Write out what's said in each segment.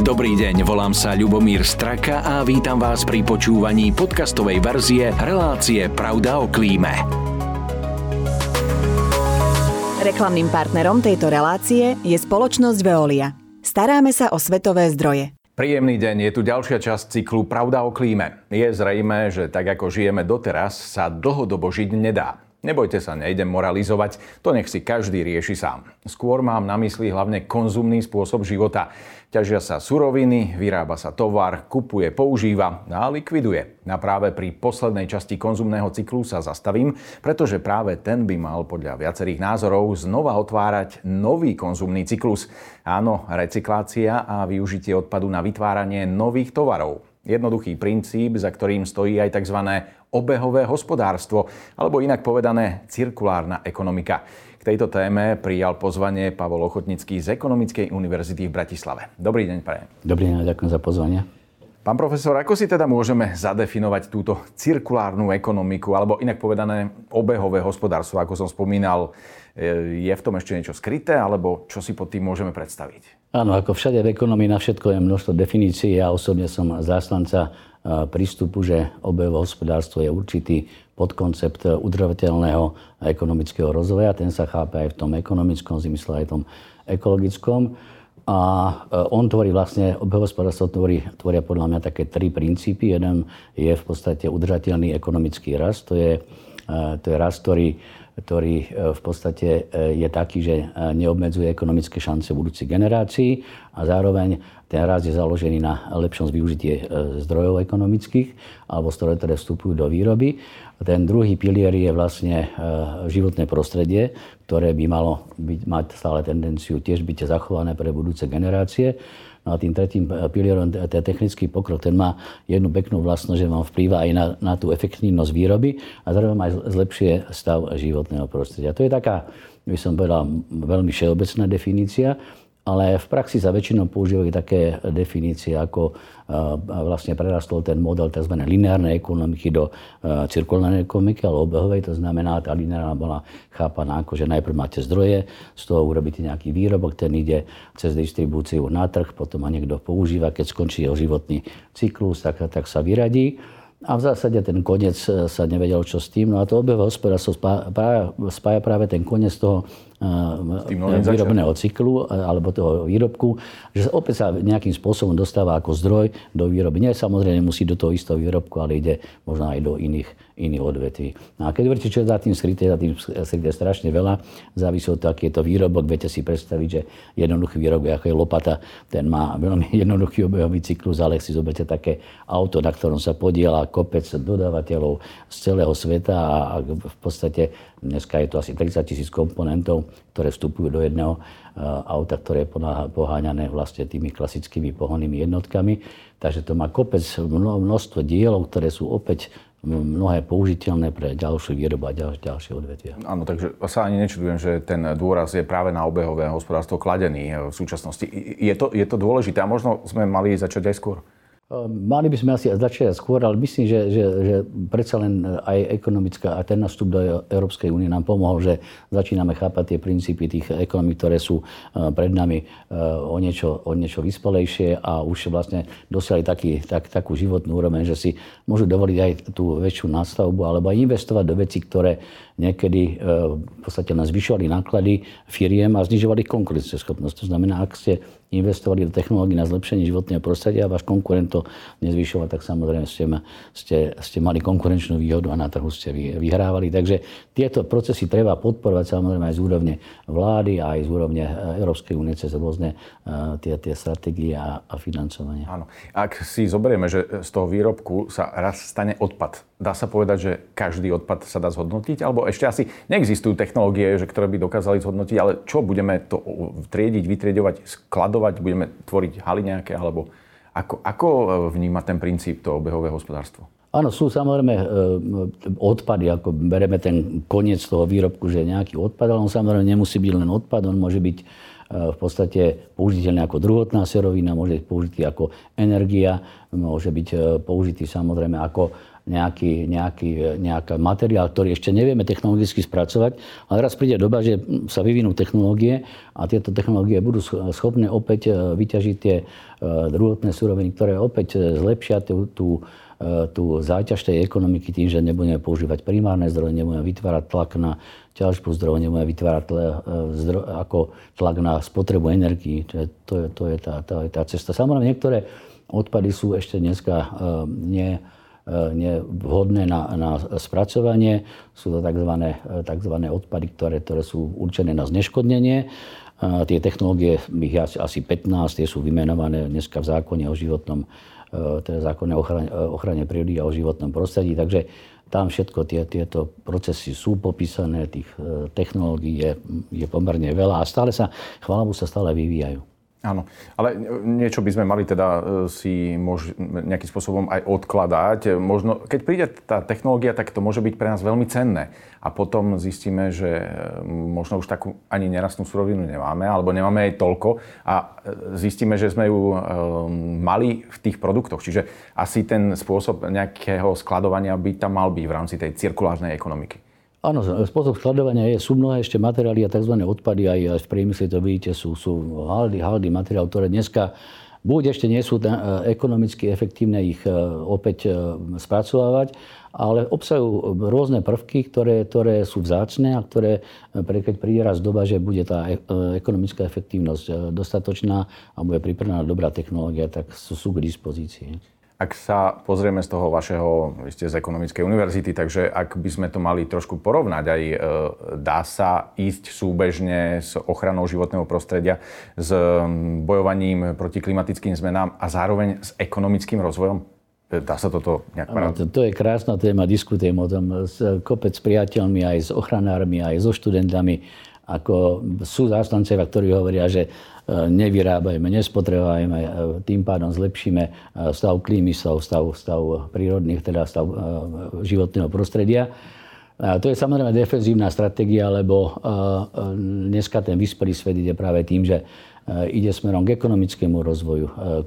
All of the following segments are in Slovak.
Dobrý deň, volám sa Ľubomír Straka a vítam vás pri počúvaní podcastovej verzie relácie Pravda o klíme. Reklamným partnerom tejto relácie je spoločnosť Veolia. Staráme sa o svetové zdroje. Príjemný deň, je tu ďalšia časť cyklu Pravda o klíme. Je zrejmé, že tak ako žijeme doteraz, sa dlhodobo žiť nedá. Nebojte sa, nejdem moralizovať, to nech si každý rieši sám. Skôr mám na mysli hlavne konzumný spôsob života. Ťažia sa suroviny, vyrába sa tovar, kupuje, používa a likviduje. A práve pri poslednej časti konzumného cyklu sa zastavím, pretože práve ten by mal podľa viacerých názorov znova otvárať nový konzumný cyklus. Áno, recyklácia a využitie odpadu na vytváranie nových tovarov. Jednoduchý princíp, za ktorým stojí aj tzv. Obehové hospodárstvo, alebo inak povedané cirkulárna ekonomika. K tejto téme prijal pozvanie Pavol Ochotnický z Ekonomickej univerzity v Bratislave. Dobrý deň, prajem. Dobrý deň, ďakujem za pozvanie. Pán profesor, ako si teda môžeme zadefinovať túto cirkulárnu ekonomiku, alebo inak povedané obehové hospodárstvo, ako som spomínal, je v tom ešte niečo skryté, alebo čo si pod tým môžeme predstaviť? Áno, ako všade v ekonomii na všetko je množstvo definícií. Ja osobne som zástanca prístupu, že obehové hospodárstvo je určitý podkoncept udržateľného ekonomického rozvoja. Ten sa chápe aj v tom ekonomickom zmysle, aj v tom ekologickom. A on tvorí vlastne, obehové hospodárstvo tvoria podľa mňa také tri princípy. Jeden je v podstate udržateľný ekonomický rast. To je rast, ktorý v podstate je taký, že neobmedzuje ekonomické šance budúcich generácií a zároveň ten rast je založený na lepšom využitie zdrojov ekonomických alebo zdrojov, ktoré vstupujú do výroby. Ten druhý pilier je vlastne životné prostredie, ktoré by malo mať stále tendenciu tiež byť zachované pre budúce generácie. No a tým tretím pilierom, ten technický pokrok, ten má jednu peknú vlastnosť, že vám vplýva aj na tú efektívnosť výroby a zároveň aj zlepšuje stav životného prostredia. To je taká, by som povedal, veľmi všeobecná definícia, ale v praxi sa väčšinou používajú také definície, ako vlastne prerastol ten model tzv. Lineárnej ekonomiky do cirkulárnej ekonomiky, ale obehovej. To znamená, tá lineárna bola chápaná ako, že najprv máte zdroje, z toho urobíte nejaký výrobok, ten ide cez distribúciu na trh, potom ho niekto používa, keď skončí jeho životný cyklus, tak sa vyradí. A v zásade ten koniec sa nevedel, čo s tým. No a to obehové hospodárstvo spája práve ten koniec toho výrobného cyklu alebo toho výrobku, že opäť sa nejakým spôsobom dostáva ako zdroj do výroby. Nie, samozrejme musí do toho istého výrobku, ale ide možno aj do iných odvetví. No a keď hovoríte, čo je za tým skryté strašne veľa. Závisí od toho, aký je to výrobok. Viete si predstaviť, že jednoduchý výrobok, ako je lopata, ten má veľmi jednoduchý obehový cyklus, ale si zoberte také auto, na ktorom sa podieľa kopec dodávateľov z celého sveta a v podstate dneska je to asi 30 000 komponentov, ktoré vstupujú do jedného auta, ktoré je poháňané vlastne tými klasickými pohonnými jednotkami. Takže to má kopec, množstvo dielov, ktoré sú opäť mnohé použiteľné pre ďalšiu výrobu a ďalšie odvetvia. Áno, takže sa ani nečudujem, že ten dôraz je práve na obehové hospodárstvo kladený v súčasnosti. Je to dôležité a možno sme mali začať aj skôr? Mali by sme asi začať skôr, ale myslím, že predsa len aj ekonomická a ten nástup do Európskej únie nám pomohol, že začíname chápať tie princípy tých ekonomík, ktoré sú pred nami o niečo vyspelejšie a už vlastne dosiahli takú životnú úroveň, že si môžu dovoliť aj tú väčšiu nástavbu alebo aj investovať do vecí, ktoré niekedy v podstate nás zvyšovali náklady firiem a znižovali konkurencieschopnosť. To znamená, ak ste investovali do technológií na zlepšenie životného prostredia a váš konkurent to nezvyšoval, tak samozrejme ste mali konkurenčnú výhodu a na trhu ste vyhrávali. Takže tieto procesy treba podporovať samozrejme aj z úrovne vlády a aj z úrovne Európskej únie cez rôzne tie stratégie a financovanie. Áno. Ak si zoberieme, že z toho výrobku sa raz stane odpad, dá sa povedať, že každý odpad sa dá zhodnotiť? Alebo ešte asi neexistujú technológie, ktoré by dokázali zhodnotiť, ale čo budeme to triediť, vytriedovať, skladovať, budeme tvoriť haly nejaké, alebo ako vníma ten princíp to obehové hospodárstvo? Áno, sú samozrejme odpady, ako bereme ten koniec toho výrobku, že je nejaký odpad, ale on samozrejme nemusí byť len odpad, on môže byť v podstate použiteľný ako druhotná surovina, môže byť použitý ako energia, môže byť použitý samozrejme ako nejaký materiál, ktorý ešte nevieme technologicky spracovať, ale raz príde doba, že sa vyvinú technológie a tieto technológie budú schopné opäť vyťažiť tie druhotné suroviny, ktoré opäť zlepšia tú záťaž tej ekonomiky tým, že nebudeme používať primárne zdroje, nebudeme vytvárať tlak na ťažbu zdrojov, nebudeme vytvárať ako tlak na spotrebu energií. To je tá cesta. Samozrejme, niektoré odpady sú ešte dneska nevhodné na spracovanie. Sú to tzv. Odpady, ktoré sú určené na zneškodnenie. Tie technológie, ich asi 15, tie sú vymenované dneska v zákone o životnom, teda zákone o ochrane prírody a o životnom prostredí. Takže tam všetko tieto procesy sú popísané, tých technológií je pomerne veľa a chvála Bohu, sa stále vyvíjajú. Áno, ale niečo by sme mali teda si nejakým spôsobom aj odkladať. Možno, keď príde tá technológia, tak to môže byť pre nás veľmi cenné. A potom zistíme, že možno už takú ani nerastnú surovinu nemáme, alebo nemáme aj toľko a zistíme, že sme ju mali v tých produktoch. Čiže asi ten spôsob nejakého skladovania by tam mal byť v rámci tej cirkulárnej ekonomiky. Áno, spôsob skladovania sú mnohé ešte materiály a tzv. Odpady, aj v priemysle to vidíte, sú haldy materiál, ktoré dneska buď ešte nie sú ekonomicky efektívne ich opäť spracovávať, ale obsahujú rôzne prvky, ktoré sú vzácne a ktoré, keď príde raz doba, že bude tá ekonomická efektívnosť dostatočná a bude pripravená dobrá technológia, tak sú k dispozícii. Ak sa pozrieme z toho vašeho, vy ste z ekonomickej univerzity, takže ak by sme to mali trošku porovnať, aj dá sa ísť súbežne s ochranou životného prostredia, s bojovaním proti klimatickým zmenám a zároveň s ekonomickým rozvojom? Dá sa toto nejak porovnať? To je krásna téma, diskutujem o tom s kopec priateľmi, aj s ochranármi, aj so študentami. Ako sú zástancovia, ktorí hovoria, že nevyrábajme, nespotrebujeme, tým pádom zlepšíme stav klímy, stav prírodných, teda stav životného prostredia. To je samozrejme defenzívna stratégia, lebo dneska ten vyspelý svet ide práve tým, že ide smerom k ekonomickému rozvoju.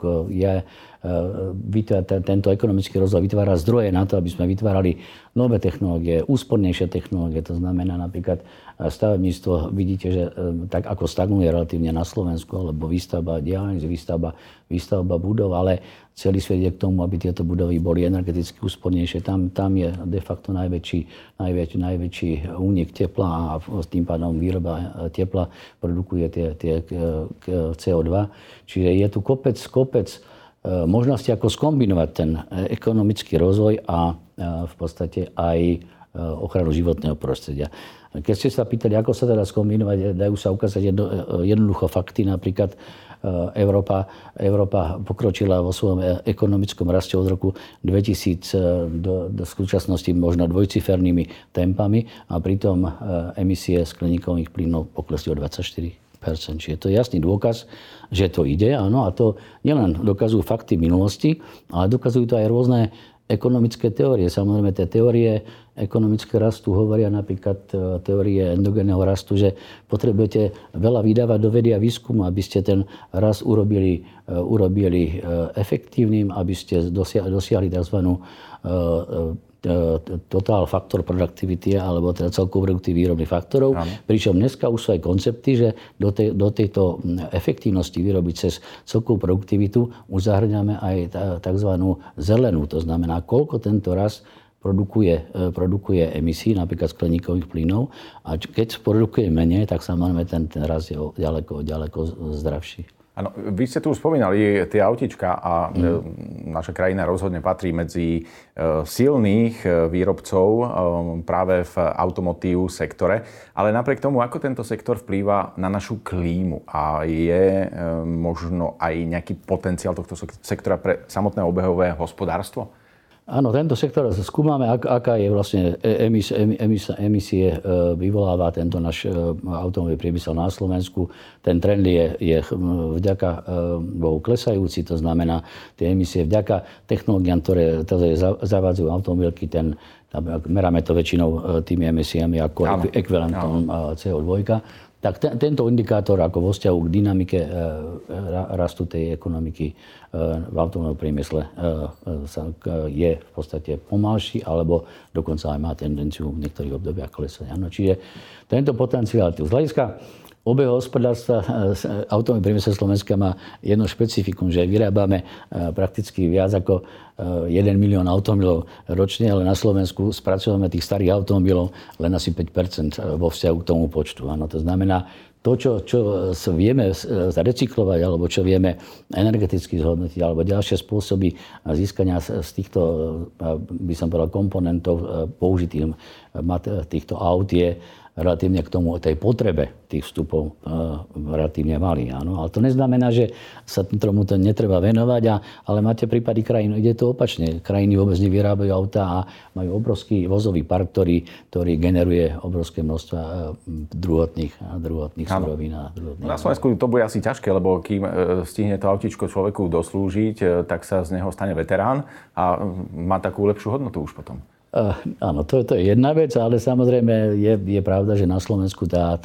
Tento ekonomický rozvoj vytvára zdroje na to, aby sme vytvárali nové technológie, úspornejšie technológie. To znamená napríklad stavebníctvo, vidíte, že tak ako stagnuje relatívne na Slovensku, alebo výstavba diaľnic, výstavba budov, ale celý svet je k tomu, aby tieto budovy boli energeticky úspornejšie. Tam je de facto najväčší únik tepla a tým pádom výroba tepla produkuje tie CO2. Čiže je tu kopec možnosti, ako skombinovať ten ekonomický rozvoj a v podstate aj ochranu životného prostredia. Keď ste sa pýtali, ako sa teda skombinovať, dajú sa ukázať jednoducho fakty. Napríklad Európa pokročila vo svojom ekonomickom raste od roku 2000 do súčasnosti možno dvojcifernými tempami a pritom emisie skleníkových plynov poklesli o 24%. Čiže to je jasný dôkaz, že to ide, áno, a to nielen dokazujú fakty minulosti, ale dokazujú to aj rôzne ekonomické teórie. Samozrejme, tie teórie ekonomického rastu hovoria napríklad teórie endogénneho rastu, že potrebujete veľa vydávať do vedy a výskumu, aby ste ten rast urobili efektívnym, aby ste dosiahli tzv. Total factor productivity, alebo teda celkovú produktivitu výrobných faktorov. Áno. Pričom dneska už sú aj koncepty, že do tejto efektívnosti vyrobiť cez celkovú produktivitu už zahrňame aj tzv. Zelenú. To znamená, koľko tento rast produkuje emisí, napríklad skleníkových plynov. A keď produkuje menej, tak samozrejme ten rast je ďaleko zdravší. Áno, vy ste tu už spomínali tie autička a naša krajina rozhodne patrí medzi silných výrobcov práve v automotív sektore. Ale napriek tomu, ako tento sektor vplýva na našu klímu a je možno aj nejaký potenciál tohto sektora pre samotné obehové hospodárstvo? Áno, tento sektor skúmame, aká je vlastne emisie vyvoláva tento náš automobilový priemysel na Slovensku. Ten trend je vďaka Bohu klesajúci, to znamená tie emisie vďaka technológiám, ktoré zavádzajú automobilky, meráme to väčšinou tými emisiami ako ekvivalentom CO2. Tak tento indikátor ako vo vzťahu k dynamike rastu tej ekonomiky v automobilovom priemysle je v podstate pomalší, alebo dokonca aj má tendenciu v niektorých obdobiach klesania. Čiže tento potenciál z hľadiska obeho hospodárstva automobilový priemysel Slovenska má jedno špecifikum, že vyrábame prakticky viac ako 1 milión automobilov ročne, ale na Slovensku spracujeme tých starých automobilov len asi 5% vo vzťahu k tomu počtu. Áno, to znamená, to, čo vieme recyklovať, alebo čo vieme energeticky zhodnotiť, alebo ďalšie spôsoby získania z týchto, by som povedal, komponentov použitých týchto aut je relatívne k tomu, tej potrebe tých vstupov relatívne malý. Áno. Ale to neznamená, že sa tomu to netreba venovať, ale máte prípady krajín, ide to opačne. Krajiny vôbec nevyrábajú autá a majú obrovský vozový park, ktorý generuje obrovské množstva druhotných surovín. Na Slovensku to bude asi ťažké, lebo kým stihne to autičko človeku doslúžiť, tak sa z neho stane veterán a má takú lepšiu hodnotu už potom. Áno, to je jedna vec, ale samozrejme je pravda, že na Slovensku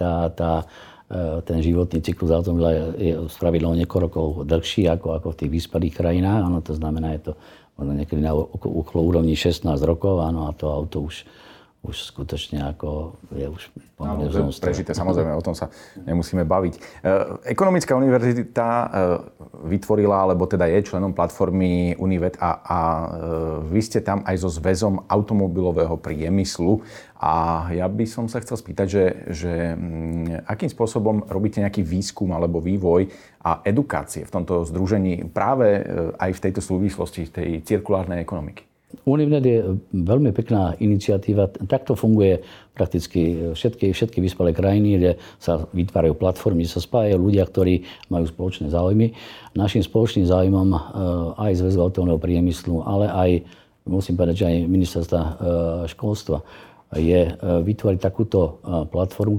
ten životný cyklus automobila je spravidlo niekoľko rokov dlhší ako v tých vyspelých krajinách. Áno, to znamená, je to možno niekedy na okolo úrovni 16 rokov, áno, a to auto už skutočne ako je už pomerne v prežité, samozrejme, o tom sa nemusíme baviť. Ekonomická univerzita vytvorila, alebo teda je členom platformy Univet a vy ste tam aj so zväzom automobilového priemyslu. A ja by som sa chcel spýtať, že akým spôsobom robíte nejaký výskum alebo vývoj a edukácie v tomto združení práve aj v tejto súvislosti tej cirkulárnej ekonomiky? Univet je veľmi pekná iniciatíva. Takto funguje prakticky všetky vyspelé krajiny, kde sa vytvárajú platformy, kde sa spájajú ľudia, ktorí majú spoločné záujmy. Naším spoločným záujmom aj Zväzu automobilového priemyslu, ale aj, musím povedať, že aj ministerstva školstva je vytvoriť takúto platformu,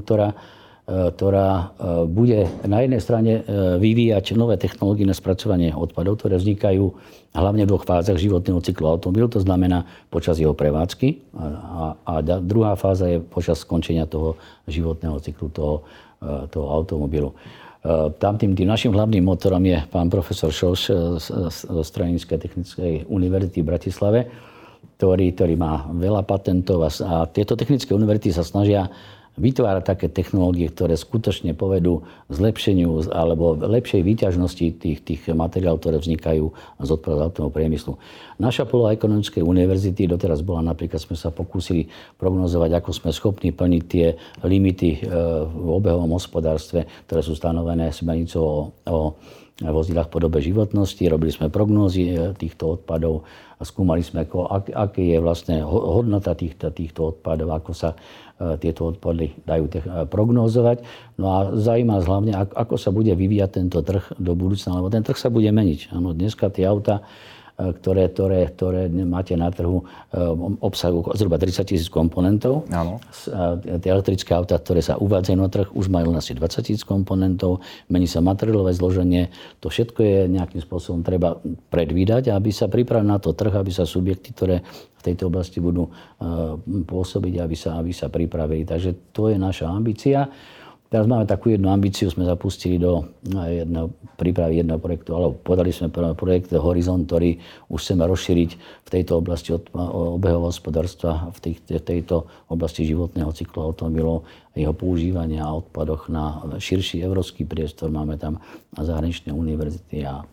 ktorá bude na jednej strane vyvíjať nové technológie na spracovanie odpadov, ktoré vznikajú hlavne v dvoch fázach životného cyklu automobilu, to znamená počas jeho prevádzky a druhá fáza je počas skončenia toho životného cyklu toho automobilu. Tým našim hlavným motorom je pán profesor Šoš zo Strojníckej technickej univerzity v Bratislave, ktorý má veľa patentov a tieto technické univerzity sa snažia vytvárať také technológie, ktoré skutočne povedú k zlepšeniu alebo lepšej výťažnosti tých materiálov, ktoré vznikajú z odpadov automobilového priemyslu. Naša poloha Ekonomickej univerzity doteraz bola, napríklad sme sa pokúsili prognozovať, ako sme schopní plniť tie limity v obehovom hospodárstve, ktoré sú stanovené smernicou o vozidlách v podobe životnosti. Robili sme prognózy týchto odpadov a skúmali sme, aké je vlastne hodnota týchto odpadov, ako sa tieto odpady dajú prognózovať. No a zaujíma hlavne, ako sa bude vyvíjať tento trh do budúcna, lebo ten trh sa bude meniť. Áno, dneska tie autá, ktoré máte na trhu, obsahujú zhruba 30 000 komponentov. Áno. Tie elektrické autá, ktoré sa uvádzajú na trh, už majú asi 20 000 komponentov. Mení sa materiálové zloženie. To všetko je nejakým spôsobom treba predvídať, aby sa pripravili na to trh, aby sa subjekty, ktoré v tejto oblasti budú pôsobiť, aby sa pripravili. Takže to je naša ambícia. Teraz máme takú jednu ambíciu, sme zapustili do prípravy jedného projektu, alebo podali sme projekt Horizont, ktorý už chceme rozšíriť v tejto oblasti obehového hospodárstva, v tejto oblasti životného cyklu automobilov, jeho používania a odpadoch na širší európsky priestor. Máme tam zahraničné univerzity a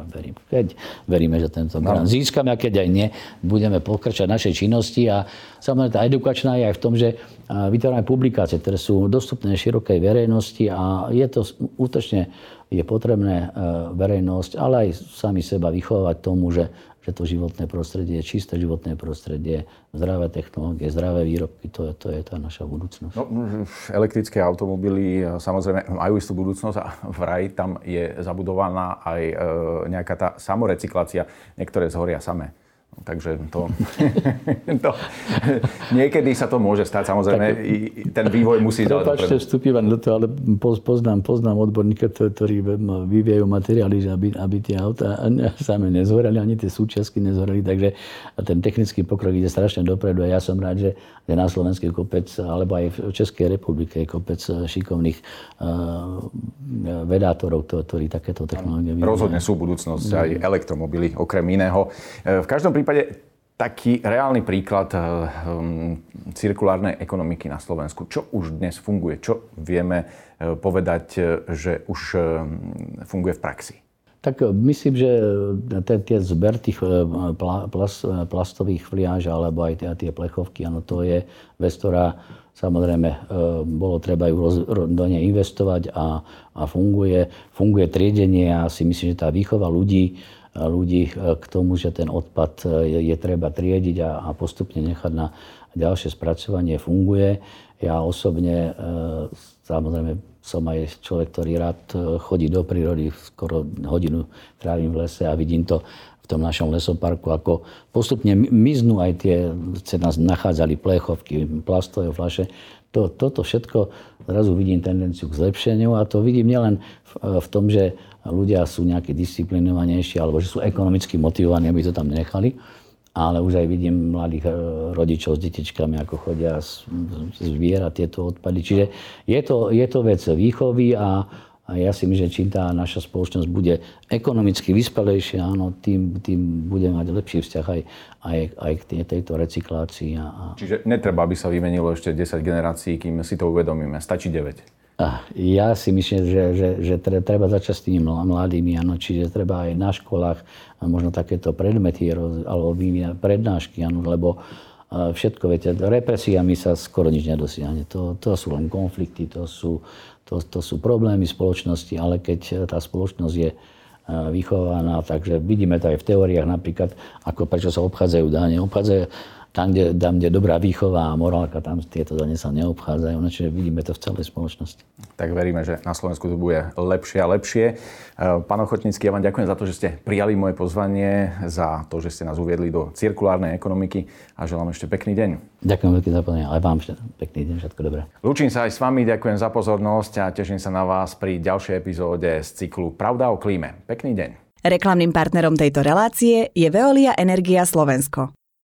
veríme, že tento grant získame, a keď aj nie, budeme pokračovať našej činnosti. A samozrejme tá edukačná je aj v tom, že vytvárame publikácie, ktoré sú dostupné širokej verejnosti a je to útočne potrebné verejnosť, ale aj sami seba vychovávať tomu, že to životné prostredie, čisté životné prostredie, zdravé technológie, zdravé výrobky, to je tá naša budúcnosť. No, elektrické automobily samozrejme majú istú budúcnosť a vraj tam je zabudovaná aj nejaká tá samorecyklácia. Niektoré zhoria samé. Takže to niekedy sa to môže stať, samozrejme, ten vývoj musí ísť. Prepáčte, vstúpim do toho, ale poznám odborníka, ktorí vyvíjajú materiály, aby tie autá same nezhoreli, ani tie súčiastky nezhoreli, takže ten technický pokrok ide strašne dopredu a ja som rád, že na Slovensku je kopec, alebo aj v Českej republike je kopec šikovných vedátorov, ktorí takéto technológie vyvíjajú. Rozhodne sú budúcnosť aj elektromobily, okrem iného. V každom prípade taký reálny príklad cirkulárnej ekonomiky na Slovensku. Čo už dnes funguje? Čo vieme povedať, že už funguje v praxi? Tak myslím, že tie zber tých plastových fliaž alebo aj tie plechovky, áno, to je vec, ktorá samozrejme bolo treba ju do nej investovať a funguje. Funguje triedenie a si myslím, že tá výchova ľudí k tomu, že ten odpad je treba triediť a postupne nechať na ďalšie spracovanie, funguje. Ja osobne, samozrejme, som aj človek, ktorý rád chodí do prírody, skoro hodinu trávim v lese a vidím to v tom našom lesoparku, ako postupne miznú aj tie, sa nachádzali plechovky, plastové fľaše. Toto všetko zrazu vidím tendenciu k zlepšeniu a to vidím nielen v tom, že ľudia sú nejaké disciplinovanejší alebo že sú ekonomicky motivovaní, aby to tam nechali, ale už aj vidím mladých rodičov s detičkami, ako chodia zbierať tieto odpady. Čiže je to vec výchovy a ja si myslím, že čím tá naša spoločnosť bude ekonomicky vyspelejšia, áno, tým budeme mať lepší vzťah aj k tejto recyklácii. Čiže netreba, aby sa vymenilo ešte 10 generácií, kým si to uvedomíme. Stačí 9. Ja si myslím, že treba začať s tými mladými, áno, čiže treba aj na školách možno takéto predmety alebo prednášky, áno, lebo všetko, viete, represiami sa skoro nič nedosiahne. To sú len konflikty, to sú problémy spoločnosti, ale keď tá spoločnosť je vychovaná, takže vidíme to aj v teóriách napríklad, ako prečo sa obchádzajú dane. Tam, kde je dobrá výchova a morálka, tam tieto dane sa neobchádzajú. Čiže vidíme to v celej spoločnosti. Tak veríme, že na Slovensku to bude lepšie a lepšie. Pán Ochotnícky, ja vám ďakujem za to, že ste prijali moje pozvanie, za to, že ste nás uviedli do cirkulárnej ekonomiky a želám ešte pekný deň. Ďakujem veľmi za pozvanie, aj vám pekný deň, všetko dobré. Lúčim sa aj s vami, ďakujem za pozornosť a teším sa na vás pri ďalšej epizóde z cyklu Pravda o klíme. Pekný deň. Reklamným partnerom tejto relácie je Veolia Energia Slovensko.